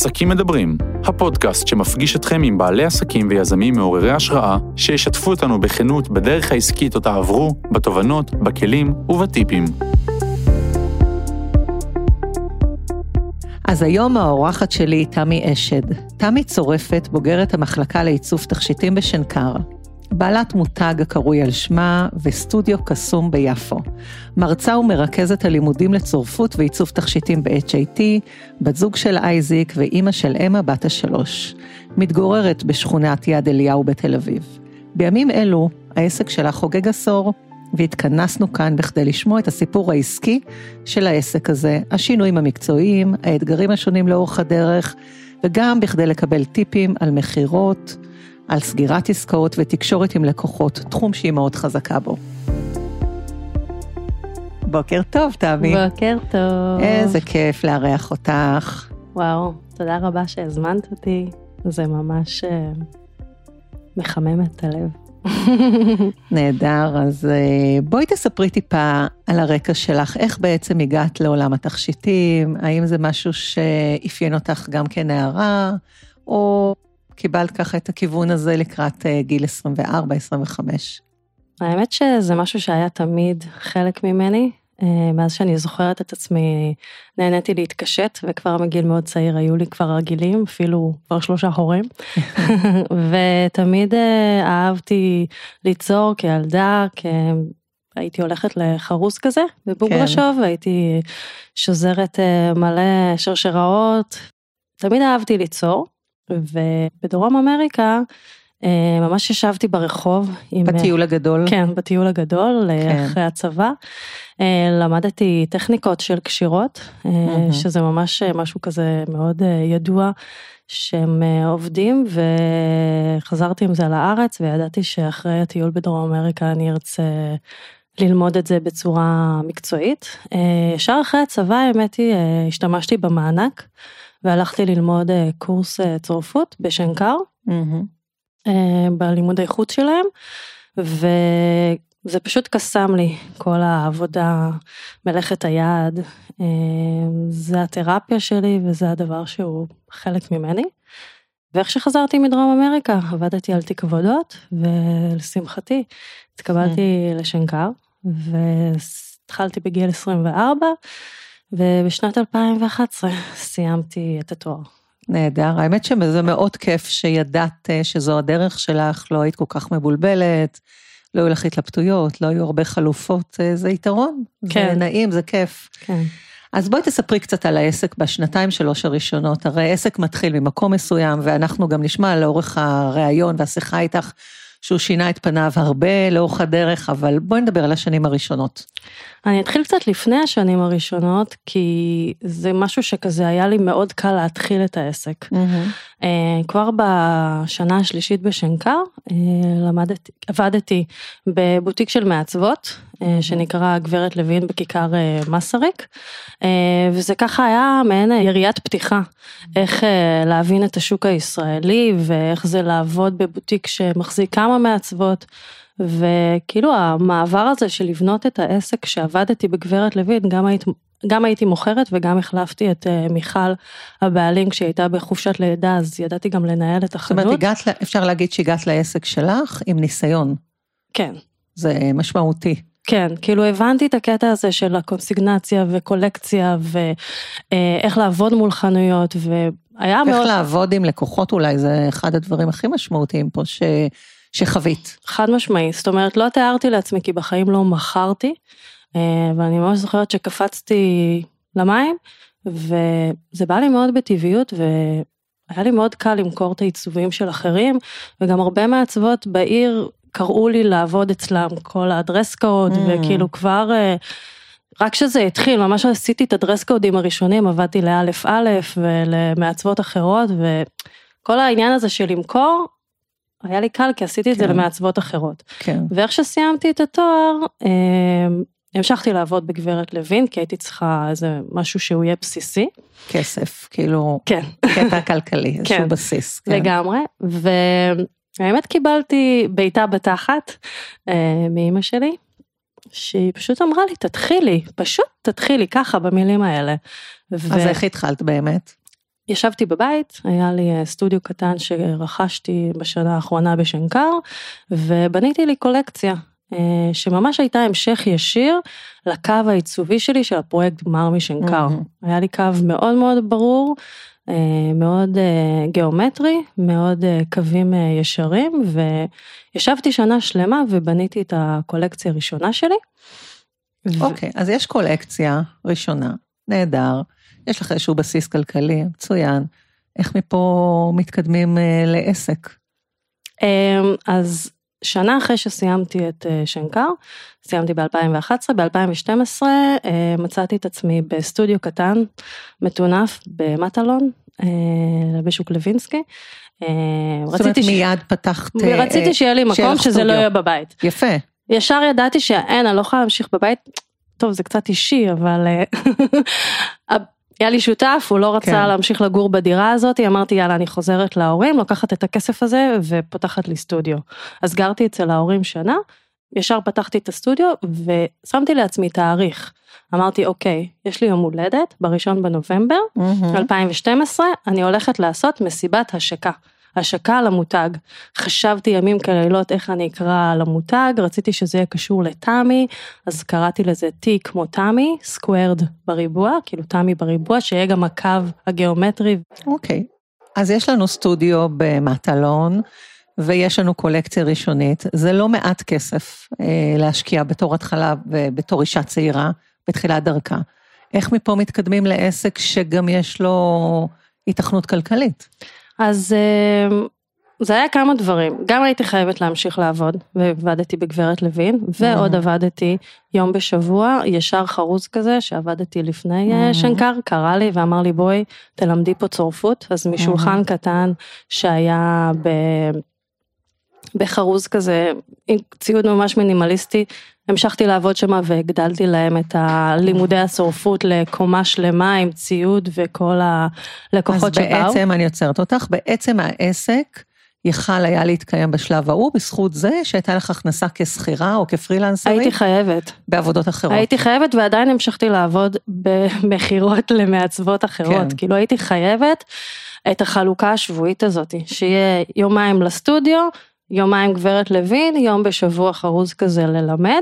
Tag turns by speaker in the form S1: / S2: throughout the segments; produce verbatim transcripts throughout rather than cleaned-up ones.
S1: עסקים מדברים, הפודקאסט שמפגיש אתכם עם בעלי עסקים ויזמים מעוררי השראה, שישתפו אותנו בכנות בדרך העסקית אותה עברו, בתובנות, בכלים ובטיפים.
S2: אז היום האורחת שלי היא תמי אשד. תמי צורפת, בוגרת המחלקה לעיצוב תכשיטים בשנקר. בעלת מותג הקרוי על שמה וסטודיו קסום ביפו. מרצה ומרכזת הלימודים לצורפות ועיצוב תכשיטים ב-אייץ' איי טי, בת זוג של אייזיק ואימא של אמה בת השלוש. מתגוררת בשכונת יד אליהו בתל אביב. בימים אלו העסק שלה חוגג עשור, והתכנסנו כאן בכדי לשמוע את הסיפור העסקי של העסק הזה, השינויים המקצועיים, האתגרים השונים לאורך הדרך, וגם בכדי לקבל טיפים על מחירות, על סגירת עסקאות ותקשורת עם לקוחות, תחום שהיא מאוד חזקה בו. בוקר טוב, תמי.
S3: בוקר טוב.
S2: איזה כיף לארח אותך.
S3: וואו, תודה רבה שהזמנת אותי. זה ממש מחמם את הלב.
S2: נהדר, אז בואי תספרי טיפה על הרקע שלך, איך בעצם הגעת לעולם התכשיטים, האם זה משהו שאפיין אותך גם כנערה, או קיבלת ככה את הכיוון הזה לקראת גיל עשרים וארבע עשרים וחמש?
S3: האמת שזה משהו שהיה תמיד חלק ממני, מאז שאני זוכרת את עצמי, נהניתי להתקשט, וכבר מגיל מאוד צעיר היו לי כבר רגילים, אפילו כבר שלושה חורים, ותמיד אהבתי ליצור כילדה, הייתי הולכת לחרוס כזה, בבוגרשוב, והייתי שוזרת מלא שרשראות, תמיד אהבתי ליצור, ובדרום אמריקה, ממש ישבתי ברחוב.
S2: בטיול הגדול.
S3: כן, בטיול הגדול, אחרי הצבא. למדתי טכניקות של קשירות, שזה ממש משהו כזה מאוד ידוע, שהם עובדים, וחזרתי עם זה לארץ, וידעתי שאחרי הטיול בדרום אמריקה, אני ארצה ללמוד את זה בצורה מקצועית. ישר אחרי הצבא, האמת היא, השתמשתי במענק, והלכתי ללמוד קורס צורפות בשנקר, בלימוד האיכות שלהם, וזה פשוט קסם לי, כל העבודה, מלאכת היד, זה התרפיה שלי, וזה הדבר שהוא חלק ממני, ואיך שחזרתי מדרום אמריקה, עבדתי על תיק עבודות, ולשמחתי, התקבלתי לשנקר, והתחלתי בגיל עשרים וארבע, ובשנת אלפיים ואחת עשרה סיימתי את התואר.
S2: נהדר, האמת שזה מאוד כיף שידעת שזו הדרך שלך, לא היית כל כך מבולבלת, לא היו לך התלבטויות, לא היו הרבה חלופות, זה יתרון, כן. זה נעים, זה כיף.
S3: כן.
S2: אז בואי תספרי קצת על העסק בשנתיים שלוש הראשונות, הרי העסק מתחיל ממקום מסוים, ואנחנו גם נשמע לאורך הראיון והשיחה איתך, שהוא שינה את פניו הרבה לאורך הדרך, אבל בואי נדבר על השנים הראשונות.
S3: אני אתחיל קצת לפני השנים הראשונות, כי זה משהו שכזה היה לי מאוד קל להתחיל את העסק. Mm-hmm. כבר בשנה השלישית בשנקר, למדתי, עבדתי בבוטיק של מעצבות, mm-hmm. שנקרא גברת לוין בכיכר מסריק, וזה ככה היה מעין יריית פתיחה, mm-hmm. איך להבין את השוק הישראלי, ואיך זה לעבוד בבוטיק שמחזיק כמה מעצבות, וכאילו המעבר הזה של לבנות את העסק שעבדתי בגברת לוין, גם הייתי, גם הייתי מוכרת וגם החלפתי את מיכל הבעלים כשהיא הייתה בחופשת לידה, אז ידעתי גם לנהל את החנות.
S2: זאת אומרת, הגעת, אפשר להגיד שהגעת לעסק שלך עם ניסיון.
S3: כן.
S2: זה משמעותי.
S3: כן, כאילו הבנתי את הקטע הזה של הקונסיגנציה וקולקציה, ואיך לעבוד מול חנויות, והיה
S2: איך
S3: מאוד...
S2: איך לעבוד עם לקוחות אולי, זה אחד הדברים הכי משמעותיים פה ש... שחווית.
S3: חד משמעי, זאת אומרת, לא תיארתי לעצמי, כי בחיים לא מכרתי, ואני ממש זוכרת שקפצתי למים, וזה בא לי מאוד בטבעיות, והיה לי מאוד קל למכור את העיצובים של אחרים, וגם הרבה מעצבות בעיר קראו לי לעבוד אצלם, כל הדרס קוד, mm. וכאילו כבר, רק שזה התחיל, ממש עשיתי את הדרס קודים הראשונים, עבדתי לאלף אלף, ולמעצבות אחרות, וכל העניין הזה של למכור, היה לי קל, כי עשיתי את זה למעצבות אחרות. ואיך שסיימתי את התואר, המשכתי לעבוד בגברת לוין, כי הייתי צריכה איזה משהו שהוא יהיה בסיסי.
S2: כסף, כאילו,
S3: כן.
S2: קטע כלכלי, איזשהו בסיס.
S3: לגמרי, והאמת קיבלתי ביתה בתחת, מאמא שלי, שהיא פשוט אמרה לי, תתחילי, פשוט תתחילי ככה במילים האלה.
S2: אז איך התחלת באמת?
S3: ישבתי בבית, היה לי סטודיו קטן שרכשתי בשנה האחרונה בשנקר, ובניתי לי קולקציה, שממש הייתה המשך ישיר לקו העיצובי שלי של הפרויקט גמר משנקר. Mm-hmm. היה לי קו מאוד מאוד ברור, מאוד גיאומטרי, מאוד קווים ישרים, וישבתי שנה שלמה ובניתי את הקולקציה הראשונה שלי.
S2: אוקיי, okay, אז יש קולקציה ראשונה, נהדר, יש לך איזשהו בסיס כלכלי, מצוין, איך מפה מתקדמים לעסק?
S3: אז שנה אחרי שסיימתי את שנקר, סיימתי ב-אלפיים ואחת עשרה, ב-אלפיים ושתים עשרה מצאתי את עצמי בסטודיו קטן, מטונף במטלון, בשוק לוינסקי.
S2: זאת אומרת מיד פתחת...
S3: רציתי שיהיה לי מקום שזה לא יהיה בבית.
S2: יפה.
S3: ישר ידעתי שאין, אני לא יכולה להמשיך בבית, טוב זה קצת אישי, אבל היה לי שותף, הוא לא רצה כן. להמשיך לגור בדירה הזאת, אמרתי יאללה אני חוזרת להורים, לוקחת את הכסף הזה ופותחת לי סטודיו. אז גרתי אצל ההורים שנה, ישר פתחתי את הסטודיו ושמתי לעצמי תאריך. אמרתי אוקיי, יש לי יום הולדת, בראשון בנובמבר, mm-hmm. אלפיים ושתים עשרה, אני הולכת לעשות מסיבת השקה. השקה למותג, חשבתי ימים כלילות איך אני אקרא למותג, רציתי שזה יהיה קשור לתמי, אז קראתי לזה T כמו תמי, סקווארד בריבוע, כאילו תמי בריבוע, שיהיה גם הקו הגיאומטרי.
S2: אוקיי, אז יש לנו סטודיו במטלון, ויש לנו קולקציה ראשונית, זה לא מעט כסף אה, להשקיע בתור התחלה ובתור אישה צעירה, בתחילת דרכה. איך מפה מתקדמים לעסק שגם יש לו התכנות כלכלית?
S3: אז זה היה כמה דברים, גם הייתי חייבת להמשיך לעבוד, ועבדתי בגברת לוין, ועוד עבדתי יום בשבוע, ישר חרוז כזה, שעבדתי לפני שנקר, קרא לי ואמר לי בואי, תלמדי פה צורפות, אז משולחן קטן שהיה ב... בחרוז כזה, עם ציוד ממש מינימליסטי, המשכתי לעבוד שמה והגדלתי להם את הלימודי הצורפות לקומה שלמה עם ציוד וכל הלקוחות שבאו.
S2: אז בעצם, אני יוצרת אותך, בעצם העסק יכל היה להתקיים בשלב ההוא, בזכות זה שהייתה לך הכנסה כסחירה או כפרילנסרית?
S3: הייתי חייבת.
S2: בעבודות אחרות.
S3: הייתי חייבת ועדיין המשכתי לעבוד במחירות למעצבות אחרות, כן. כאילו הייתי חייבת את החלוקה השבועית הזאת, שיהיה יומיים לסטודיו, יומיים גברת לוין, יום בשבוע חרוז כזה ללמד,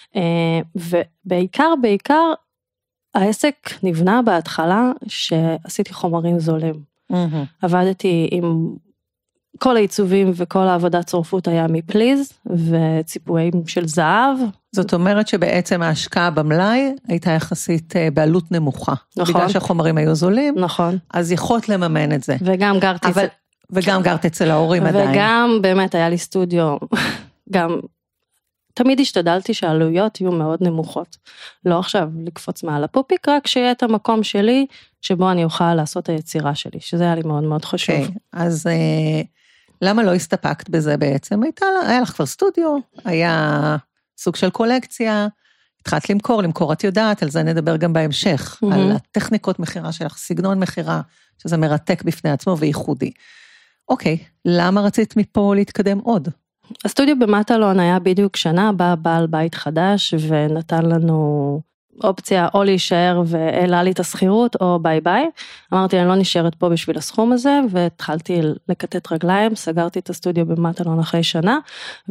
S3: ובעיקר, בעיקר, העסק נבנה בהתחלה שעשיתי חומרים זולים. עבדתי עם כל העיצובים וכל העבודת צורפות היה מפליז, וציפויים של זהב.
S2: זאת אומרת שבעצם ההשקעה במלאי הייתה יחסית בעלות נמוכה. נכון. בגלל שהחומרים היו זולים.
S3: נכון.
S2: אז יכולת לממן את זה.
S3: וגם גרתי...
S2: אבל... וגם גרת אצל ההורים עדיין.
S3: וגם באמת היה לי סטודיו, גם תמיד השתדלתי שהעלויות יהיו מאוד נמוכות. לא עכשיו לקפוץ מעל הפופיק, רק שיהיה את המקום שלי, שבו אני אוכל לעשות את היצירה שלי, שזה היה לי מאוד מאוד חשוב. Okay,
S2: אז אה, למה לא הסתפקת בזה בעצם? הייתה, היה לך כבר סטודיו, היה סוג של קולקציה, התחלת למכור, למכור את יודעת, על זה נדבר גם בהמשך, mm-hmm. על הטכניקות מחירה שלך, סגנון מחירה, שזה מרתק בפני עצמו וייחודי. אוקיי, למה רצית מפה להתקדם עוד?
S3: הסטודיו במטלון היה בדיוק שנה, בא בעל בית חדש, ונתן לנו אופציה או להישאר והעלה לי את הסחירות, או ביי ביי. אמרתי, אני לא נשארת פה בשביל הסכום הזה, והתחלתי לקטט רגליים, סגרתי את הסטודיו במטלון אחרי שנה,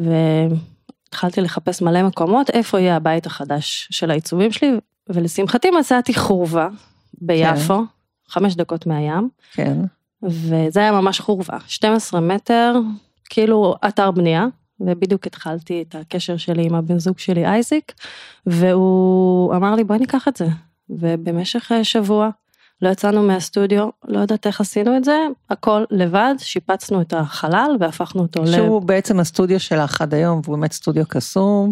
S3: והתחלתי לחפש מלא מקומות, איפה יהיה הבית החדש של העיצובים שלי, ולשמחתי מצאתי חורבה ביפו, כן. חמש דקות מהים.
S2: כן.
S3: וזה היה ממש חורבה, שנים עשר מטר, כאילו אתר בנייה, ובדיוק התחלתי את הקשר שלי עם הבן זוג שלי אייזיק, והוא אמר לי בואי ניקח את זה, ובמשך שבוע לא יצאנו מהסטודיו, לא יודעת איך עשינו את זה, הכל לבד, שיפצנו את החלל והפכנו אותו לב.
S2: שהוא בעצם הסטודיו שלך עד היום, והוא באמת סטודיו קסום,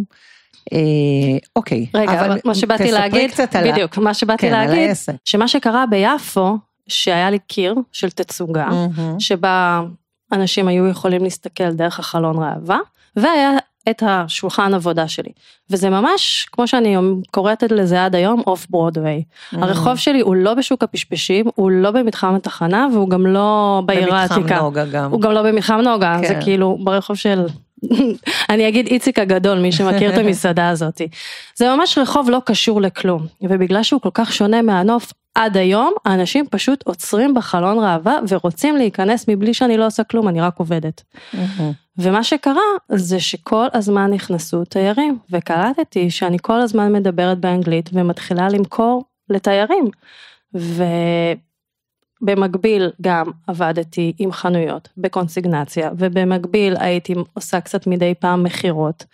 S2: אוקיי.
S3: רגע, מה שבאתי להגיד, בדיוק, מה שבאתי להגיד, שמה שקרה ביפו, שהיה לי קיר של תצוגה, mm-hmm. שבה אנשים היו יכולים להסתכל דרך החלון ראווה, והיה את השולחן עבודה שלי. וזה ממש, כמו שאני קוראת לזה עד היום, אוף ברודווי. Mm-hmm. הרחוב שלי הוא לא בשוק הפשפשים, הוא לא במתחם התחנה, והוא גם לא בעיר העתיקה.
S2: במתחם נוגה גם.
S3: הוא גם לא במתחם נוגה, כן. זה כאילו ברחוב של... אני אגיד איציק הגדול, מי שמכיר את המסעדה הזאת. זה ממש רחוב לא קשור לכלום, ובגלל שהוא כל כך שונה מהנוף, עד היום, האנשים פשוט עוצרים בחלון ראווה, ורוצים להיכנס מבלי שאני לא עושה כלום, אני רק עובדת. ומה שקרה, זה שכל הזמן נכנסו תיירים, וקלטתי שאני כל הזמן מדברת באנגלית, ומתחילה למכור לתיירים. ובמקביל גם עבדתי עם חנויות, בקונסיגנציה, ובמקביל הייתי עושה קצת מדי פעם מחירות.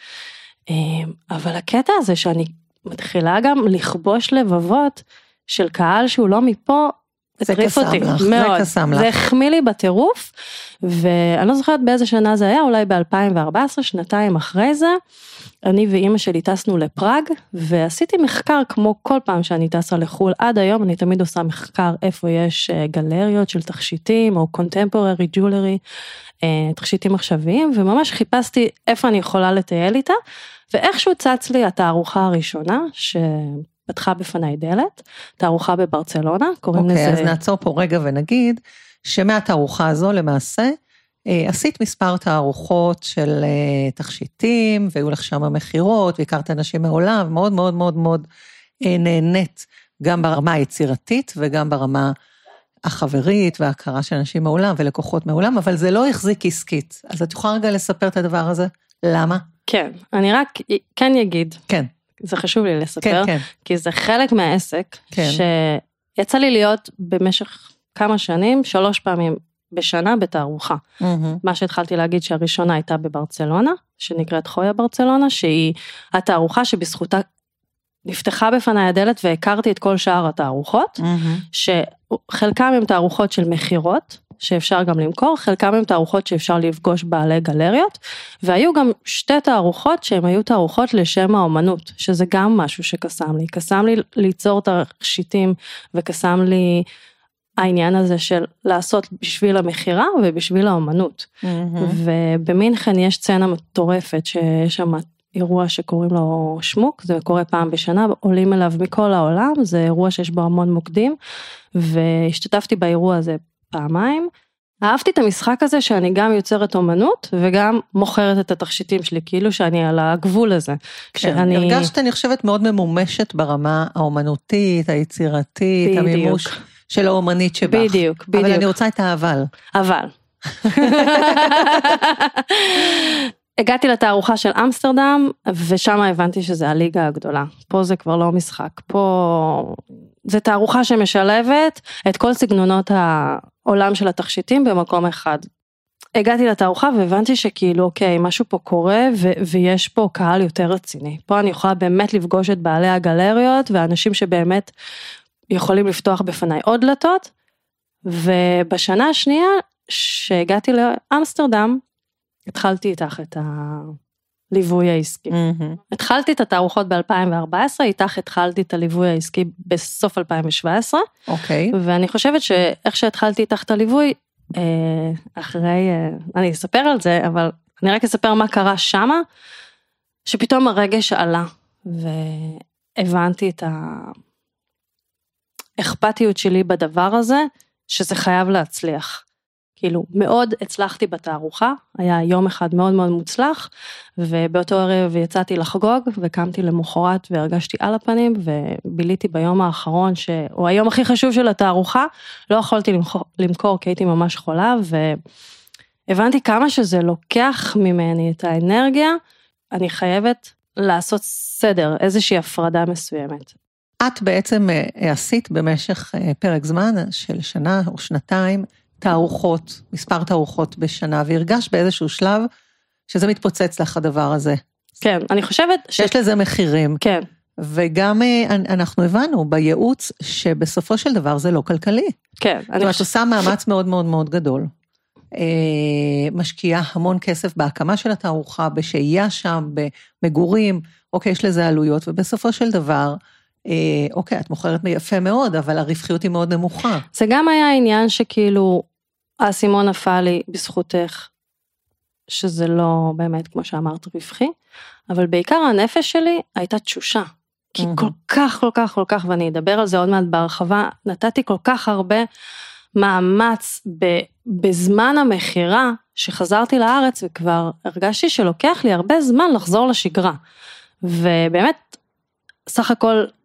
S3: אבל הקטע הזה שאני מתחילה גם לכבוש לבבות, של קהל שהוא לא מפה,
S2: זה קסם לך, זה קסם לך.
S3: זה החמיא לי בטירוף, ואני לא זוכרת באיזה שנה זה היה, אולי ב-אלפיים וארבע עשרה, שנתיים אחרי זה, אני ואימא שלי טסנו לפראג, ועשיתי מחקר כמו כל פעם שאני טסה לחול, עד היום אני תמיד עושה מחקר איפה יש גלריות של תכשיטים, או contemporary jewelry, תכשיטים עכשוויים, וממש חיפשתי איפה אני יכולה לטייל איתה, ואיכשהו צץ לי התערוכה הראשונה, ש... פתחה בפני דלת, תערוכה בברצלונה, קוראים לזה...
S2: אוקיי, אז נעצור פה רגע ונגיד, שמהתערוכה הזו למעשה, עשית מספר תערוכות של תכשיטים, והיו לך שם מחירות, והכרת אנשים מעולם, מאוד מאוד מאוד מאוד נהנית, גם ברמה היצירתית, וגם ברמה החברית, וההכרה של אנשים מעולם, ולקוחות מעולם, אבל זה לא החזיק עסקית. אז את יכולה רגע לספר את הדבר הזה? למה?
S3: כן, אני רק כן אגיד.
S2: כן.
S3: זה חשוב לי לספר,
S2: כן, כן.
S3: כי זה חלק מהעסק,
S2: כן.
S3: שיצא לי להיות במשך כמה שנים, שלוש פעמים בשנה בתערוכה. Mm-hmm. מה שהתחלתי להגיד שהראשונה הייתה בברצלונה, שנקראת חויה ברצלונה, שהיא התערוכה שבזכותה נפתחה בפני הדלת, והכרתי את כל שאר התערוכות, mm-hmm. שחלקם הם תערוכות של מחירות, שאפשר גם למכור, חלקם הם תערוכות שאפשר לפגוש בעלי גלריות, והיו גם שתי תערוכות שהן היו תערוכות לשם האומנות, שזה גם משהו שקסם לי, קסם לי ליצור תכשיטים, וקסם לי העניין הזה של לעשות בשביל המחירה, ובשביל האומנות, mm-hmm. ובמינכן יש סצנה מטורפת, שיש שם אירוע שקוראים לו שמוק, זה קורה פעם בשנה, עולים אליו מכל העולם, זה אירוע שיש בו המון מוקדים, והשתתפתי באירוע הזה, פעמיים, אהבתי את המשחק הזה שאני גם יוצרת אומנות, וגם מוכרת את התכשיטים שלי, כאילו שאני על הגבול הזה.
S2: כן, שאני... הרגשת, אני חושבת, מאוד ממומשת ברמה האומנותית, היצירתית, בדיוק. המימוש של האומנית שבך.
S3: בדיוק, בדיוק.
S2: אבל אני רוצה את האבל.
S3: אבל. הגעתי לתערוכה של אמסטרדם, ושם הבנתי שזה הליגה הגדולה. פה זה כבר לא משחק. פה זה תערוכה שמשלבת את כל סגנונות העולם של התכשיטים במקום אחד. הגעתי לתערוכה והבנתי שכאילו, אוקיי, משהו פה קורה, ו- ויש פה קהל יותר רציני. פה אני יכולה באמת לפגוש את בעלי הגלריות, ואנשים שבאמת יכולים לפתוח בפניי עוד דלתות, ובשנה השנייה שהגעתי לאמסטרדם, התחלתי איתך את הליווי העסקי. Mm-hmm. התחלתי את התערוכות ב-אלפיים וארבע עשרה, איתך התחלתי את הליווי העסקי בסוף אלפיים שבע עשרה.
S2: אוקיי. Okay.
S3: ואני חושבת שאיך שהתחלתי איתך את הליווי, אחרי, אני אספר על זה, אבל אני רק אספר מה קרה שמה, שפתאום הרגש עלה, והבנתי את האכפתיות שלי בדבר הזה, שזה חייב להצליח. כאילו, מאוד הצלחתי בתערוכה, היה יום אחד מאוד מאוד מוצלח, ובאותו ערב יצאתי לחגוג, וקמתי למחרת והרגשתי על הפנים, וביליתי ביום האחרון, שהוא היום הכי חשוב של התערוכה, לא יכולתי למכור, למכור כי הייתי ממש חולה, והבנתי כמה שזה לוקח ממני את האנרגיה, אני חייבת לעשות סדר, איזושהי הפרדה מסוימת.
S2: את בעצם עשית במשך פרק זמן של שנה או שנתיים, תערוכות, מספר תערוכות בשנה, והרגש באיזשהו שלב שזה מתפוצץ לך הדבר הזה.
S3: כן, אני חושבת
S2: ש... שיש לזה מחירים.
S3: כן.
S2: וגם אנחנו הבנו בייעוץ שבסופו של דבר זה לא כלכלי.
S3: כן.
S2: זאת אומרת, חושב... עושה מאמץ מאוד מאוד מאוד גדול. משקיעה המון כסף בהקמה של התערוכה, בשהייה שם, במגורים, אוקיי, יש לזה עלויות, ובסופו של דבר, אוקיי, את מוכרת יפה מאוד, אבל הרווחיות היא מאוד נמוכה.
S3: זה גם היה העניין שכאילו, האסימון נפל לי בזכותך, שזה לא באמת, כמו שאמרת, רווחי, אבל בעיקר הנפש שלי הייתה תשושה, כי כל כך, כל כך, כל כך, ואני אדבר על זה עוד מעט בהרחבה, נתתי כל כך הרבה מאמץ בזמן המחירה, שחזרתי לארץ, וכבר הרגשתי שלוקח לי הרבה זמן לחזור לשגרה, ובאמת, סך הכל,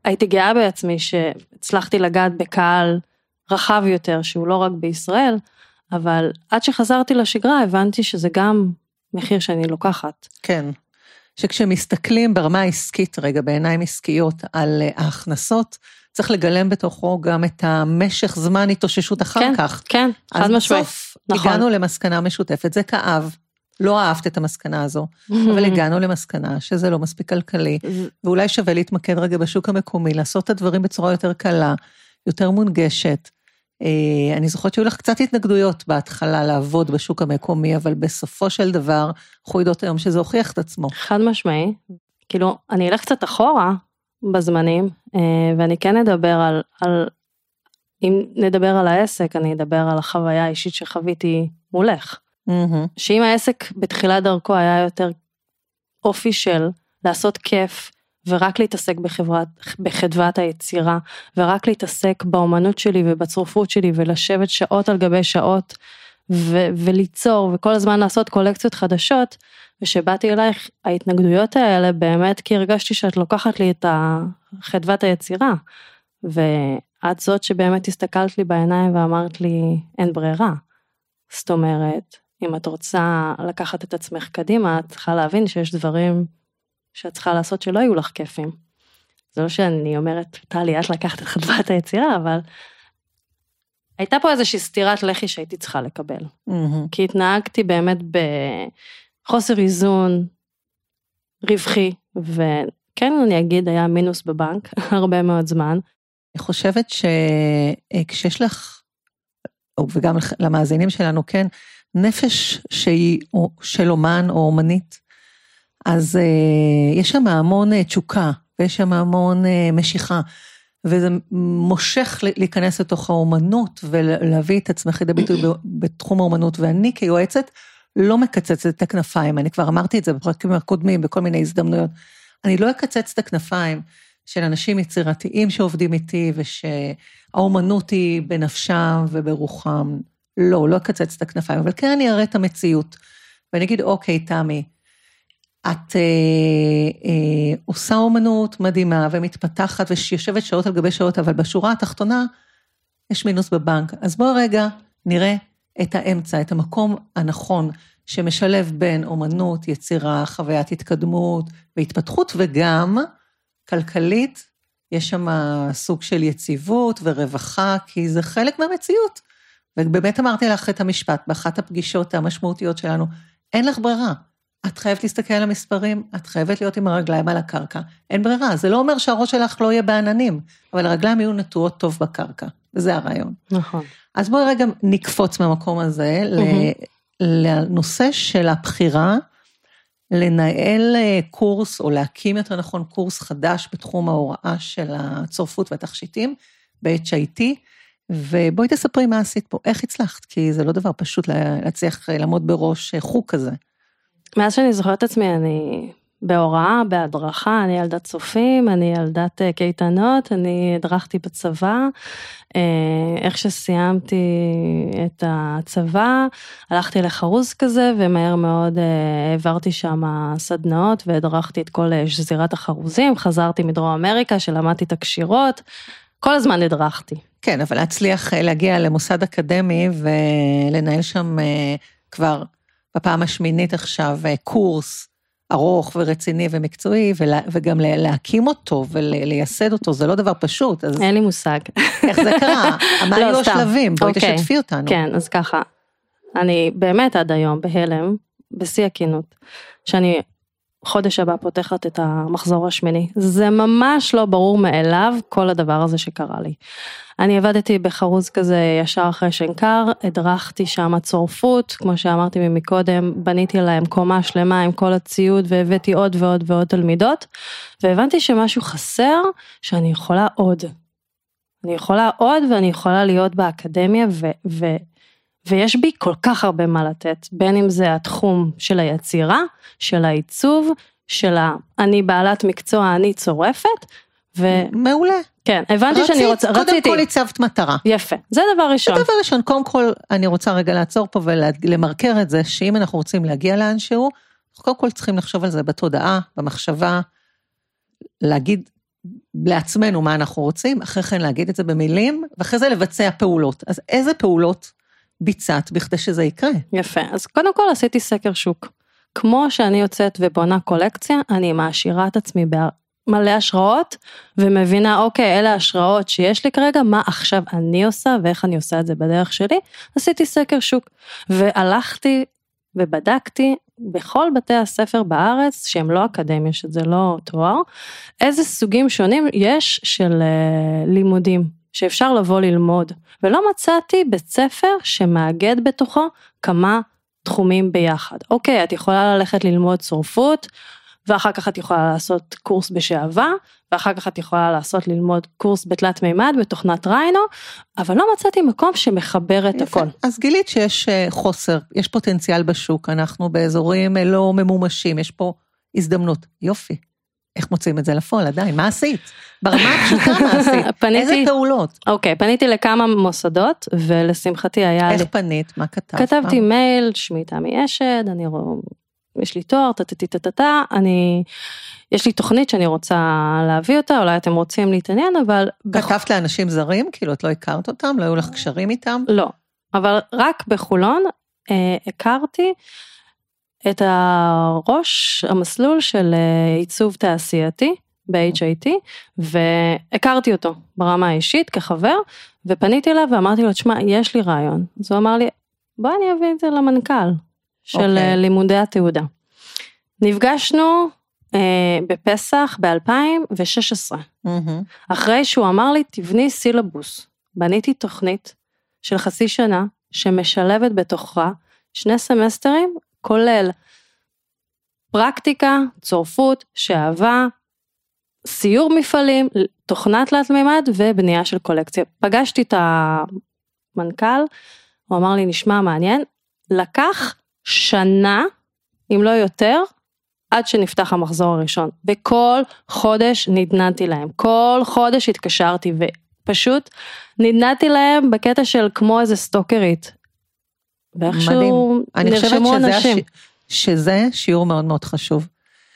S3: הייתי גאה בעצמי שהצלחתי לגעת בקהל רחב יותר, שהוא לא רק בישראל, אבל עד שחזרתי לשגרה, הבנתי שזה גם מחיר שאני לוקחת.
S2: כן, שכשמסתכלים ברמה העסקית, רגע, בעיניים עסקיות, על ההכנסות, צריך לגלם בתוכו גם את המשך זמן התאוששות אחר
S3: כן,
S2: כך.
S3: כן, חד משמעית.
S2: אז בסוף נכון. הגענו למסקנה משותפת, זה כאב, לא אהבת את המסקנה הזו, אבל הגענו למסקנה שזה לא מספיק כלכלי, ואולי שווה להתמקד רגע בשוק המקומי, לעשות את הדברים בצורה יותר קלה, יותר מונגשת. אני זוכרת שהיו לך קצת התנגדויות בהתחלה לעבוד בשוק המקומי, אבל בסופו של דבר, אנחנו יודעות היום שזה הוכיח את עצמו.
S3: חד משמעי, כאילו, אני אלך קצת אחורה בזמנים, ואני כן אדבר על, על, אם נדבר על העסק, אני אדבר על החוויה האישית שחוויתי מולך. Mm-hmm. שאם העסק בתחילת דרכו היה יותר אופי של לעשות כיף, ורק להתעסק בחברת, בחדוות היצירה, ורק להתעסק באומנות שלי ובצרופות שלי, ולשבת שעות על גבי שעות, ו- וליצור, וכל הזמן לעשות קולקציות חדשות, ושבאתי אלייך, ההתנגדויות האלה, באמת כי הרגשתי שאת לוקחת לי את חדוות היצירה, ואת זאת שבאמת הסתכלת לי בעיניים, ואמרת לי, אין ברירה. זאת אומרת, אם את רוצה לקחת את עצמך קדימה, את צריכה להבין שיש דברים שאת צריכה לעשות שלא יהיו לך כיפים. זה לא שאני אומרת, טלי, את לקחת את חדוות היצירה, אבל הייתה פה איזושהי סתירת לחי שהייתי צריכה לקבל. Mm-hmm. כי התנהגתי באמת בחוסר איזון רווחי, וכן אני אגיד, היה מינוס בבנק, הרבה מאוד זמן.
S2: אני חושבת שכשיש לך, וגם למאזינים שלנו, כן, נפש שהיא של אומן או אומנית, אז uh, יש שם המון uh, תשוקה, ויש שם המון uh, משיכה, וזה מושך להיכנס לתוך האומנות, ולהביא את עצמך לידי ביטוי בתחום האומנות, ואני כיועצת לא מקצצת את הכנפיים, אני כבר אמרתי את זה בפרקים הקודמים, בכל מיני הזדמנויות, אני לא אקצץ את הכנפיים של אנשים יצירתיים שעובדים איתי, ושהאומנות היא בנפשם וברוחם, לא, לא אקצץ את הכנפיים, אבל כן אני אראה את המציאות, ואני אגיד, אוקיי, תמי, את אה, אה, עושה אומנות מדהימה ומתפתחת ויושבת שעות על גבי שעות, אבל בשורה התחתונה יש מינוס בבנק. אז בואו רגע נראה את האמצע, את המקום הנכון שמשלב בין אומנות, יצירה, חוויית התקדמות והתפתחות, וגם כלכלית, יש שם סוג של יציבות ורווחה, כי זה חלק מהמציאות. ובאמת אמרתי לך את המשפט, באחת הפגישות המשמעותיות שלנו, אין לך ברירה. את חייבת להסתכל על המספרים, את חייבת להיות עם הרגליים על הקרקע. אין ברירה, זה לא אומר שהראש שלך לא יהיה בעננים, אבל הרגליים יהיו נטועות טוב בקרקע, וזה הרעיון.
S3: נכון.
S2: אז בואי רגע נקפוץ מהמקום הזה, mm-hmm. לנושא של הבחירה, לנהל קורס, או להקים יותר נכון קורס חדש, בתחום ההוראה של הצורפות והתכשיטים, ב-אייץ' איי טי, ובואי תספרי מה עשית פה, איך הצלחת, כי זה לא דבר פשוט להצליח לעמוד בראש חוק כזה.
S3: מאז שאני זוכרת עצמי, אני בהוראה, בהדרכה, אני ילדת צופים, אני ילדת קייטנות, אני הדרכתי בצבא, איך שסיימתי את הצבא, הלכתי לחרוז כזה, ומהר מאוד העברתי שם סדנאות, והדרכתי את כל שזירת החרוזים, חזרתי מדרום אמריקה, שלמדתי את הקשירות, כל הזמן הדרכתי.
S2: כן, אבל להצליח להגיע למוסד אקדמי, ולנהל שם כבר בפעם השמינית עכשיו קורס ארוך ורציני ומקצועי, וגם להקים אותו ולייסד אותו, זה לא דבר פשוט.
S3: אין לי מושג.
S2: איך זה קרה? מה היו השלבים? בואי תשתפי אותנו.
S3: כן, אז ככה, אני באמת עד היום בהלם, בשיא הכינות, שאני חודש הבא פותחת את המחזור השמיני. זה ממש לא ברור מאליו כל הדבר הזה שקרה לי. אני עבדתי בחרוז כזה ישר אחרי שנקר, הדרכתי שם צורפות, כמו שאמרתי ממקודם, בניתי להם קומה שלמה עם כל הציוד, והבאתי עוד ועוד ועוד תלמידות, והבנתי שמשהו חסר, שאני יכולה עוד. אני יכולה עוד, ואני יכולה להיות באקדמיה, ו... ו ויש בי כל כך הרבה מה לתת, בין אם זה התחום של היצירה, של העיצוב, של ה... אני בעלת מקצוע, אני צורפת, ו...
S2: מעולה.
S3: כן, הבנתי רצית, שאני רוצה,
S2: קודם
S3: רציתי.
S2: קודם כל הצבת מטרה.
S3: יפה, זה דבר ראשון.
S2: זה דבר ראשון, קודם כל אני רוצה רגע לעצור פה ולמרקר את זה, שאם אנחנו רוצים להגיע לאנשהו, אנחנו קודם כל צריכים לחשוב על זה בתודעה, במחשבה, להגיד לעצמנו מה אנחנו רוצים, אחרי כן להגיד את זה במילים, ואחרי זה לבצע פעולות. אז איזה פעולות ביצעת בכדי שזה יקרה?
S3: יפה, אז קודם כל עשיתי סקר שוק. כמו שאני יוצאת ובונה קולקציה, אני מעשירה את עצמי במלא השראות, ומבינה, אוקיי, אלה ההשראות שיש לי כרגע, מה עכשיו אני עושה, ואיך אני עושה את זה בדרך שלי. עשיתי סקר שוק, והלכתי ובדקתי בכל בתי הספר בארץ, שהם לא אקדמיה, שזה לא תואר, איזה סוגים שונים יש של uh, לימודים, שאפשר לבוא ללמוד, ולא מצאתי בית ספר שמאגד בתוכו כמה תחומים ביחד. אוקיי, את יכולה ללכת ללמוד צורפות, ואחר כך את יכולה לעשות קורס בשעבה, ואחר כך את יכולה לעשות ללמוד קורס בתלת מימד, בתוכנת ריינו, אבל לא מצאתי מקום שמחבר את הכל.
S2: אז גילית שיש חוסר, יש פוטנציאל בשוק, אנחנו באזורים לא ממומשים, יש פה הזדמנות. יופי. איך מוצאים את זה לפועל עדיין? מה עשית? ברמה הפשוטה מה עשית?
S3: פניתי,
S2: איזה פעולות?
S3: אוקיי, פניתי לכמה מוסדות, ולשמחתי היה
S2: איך
S3: לי...
S2: איך פנית? מה כתבת?
S3: כתבתי מייל, שמי תמי אשד, אני רואה... יש לי תואר, תתתתתתה, אני, יש לי תוכנית שאני רוצה להביא אותה, אולי אתם רוצים להתעניין, אבל...
S2: כתבת לאנשים זרים? כאילו, את לא הכרת אותם? לא היו לך קשרים איתם?
S3: לא, אבל רק בחולון אה, הכרתי את הראש, המסלול של אה, עיצוב תעשייתי, ב-אייץ' איי טי, והכרתי אותו ברמה האישית כחבר, ופניתי אליו ואמרתי לו, תשמע, יש לי רעיון. אז הוא אמר לי, בוא אני אביא את זה למנכ"ל. של okay. לימודי התעודה. נפגשנו אה, בפסח ב-אלפיים ושש עשרה. Mm-hmm. אחרי שהוא אמר לי, תבני סילבוס. בניתי תוכנית של חצי שנה, שמשלבת בתוכה שני סמסטרים, כולל פרקטיקה, צורפות, שעבה, סיור מפעלים, תוכנת תלת מימד ובנייה של קולקציה. פגשתי את המנכ"ל, הוא אמר לי, נשמע מעניין, לקח שנה, אם לא יותר, עד שנפתח המחזור הראשון. וכל חודש נדנדתי להם. כל חודש התקשרתי, ופשוט נדנדתי להם בקטע של כמו איזה סטוקרית. ואיכשהו נרשמו אנשים.
S2: שזה שיעור מאוד מאוד חשוב.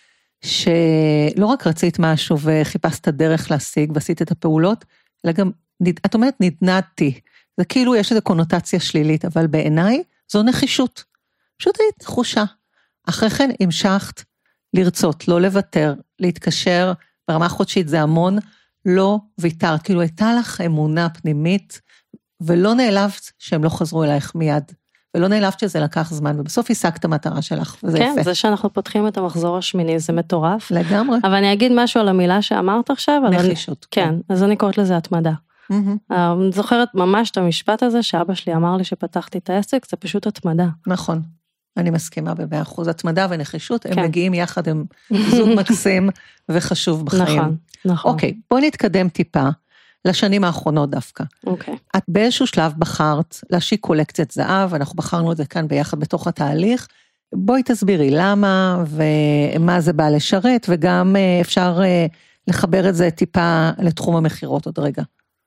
S2: שלא רק רצית משהו וחיפשת דרך להשיג ועשית את הפעולות, אלא גם, את אומרת, נדנדתי. זה כאילו יש איזו קונוטציה שלילית, אבל בעיניי זו נחישות. פשוט היית נחושה. אחרי כן המשכת לרצות, לא לוותר, להתקשר, ברמה חודשית זה המון, לא ויתרת, כאילו הייתה לך אמונה פנימית, ולא נעלבת שהם לא חזרו אלייך מיד, ולא נעלבת שזה לקח זמן, ובסוף השגת המטרה שלך, וזה
S3: כן,
S2: יפה.
S3: זה שאנחנו פותחים את המחזור השמיני, זה מטורף.
S2: לגמרי.
S3: אבל אני אגיד משהו על המילה שאמרת עכשיו.
S2: נחישות.
S3: אני, כן, אז אני קוראת לזה התמדה. Mm-hmm. אני זוכרת ממש את המשפט הזה, שאבא שלי אמר לי שפתחתי את העסק, זה פשוט התמדה.
S2: נכון. אני מסכימה במאה אחוז, התמדה ונחישות, הם מגיעים יחד, הם זוג מקסים וחשוב בחיים.
S3: נכון, נכון.
S2: אוקיי, בואי נתקדם טיפה, לשנים האחרונות דווקא.
S3: אוקיי.
S2: את באיזשהו שלב בחרת להשיק קולקציית זהב, אנחנו בחרנו את זה כאן ביחד בתוך התהליך, בואי תסבירי למה, ומה זה בא לשרת, וגם אפשר לחבר את זה טיפה לתחום המחירות עוד רגע.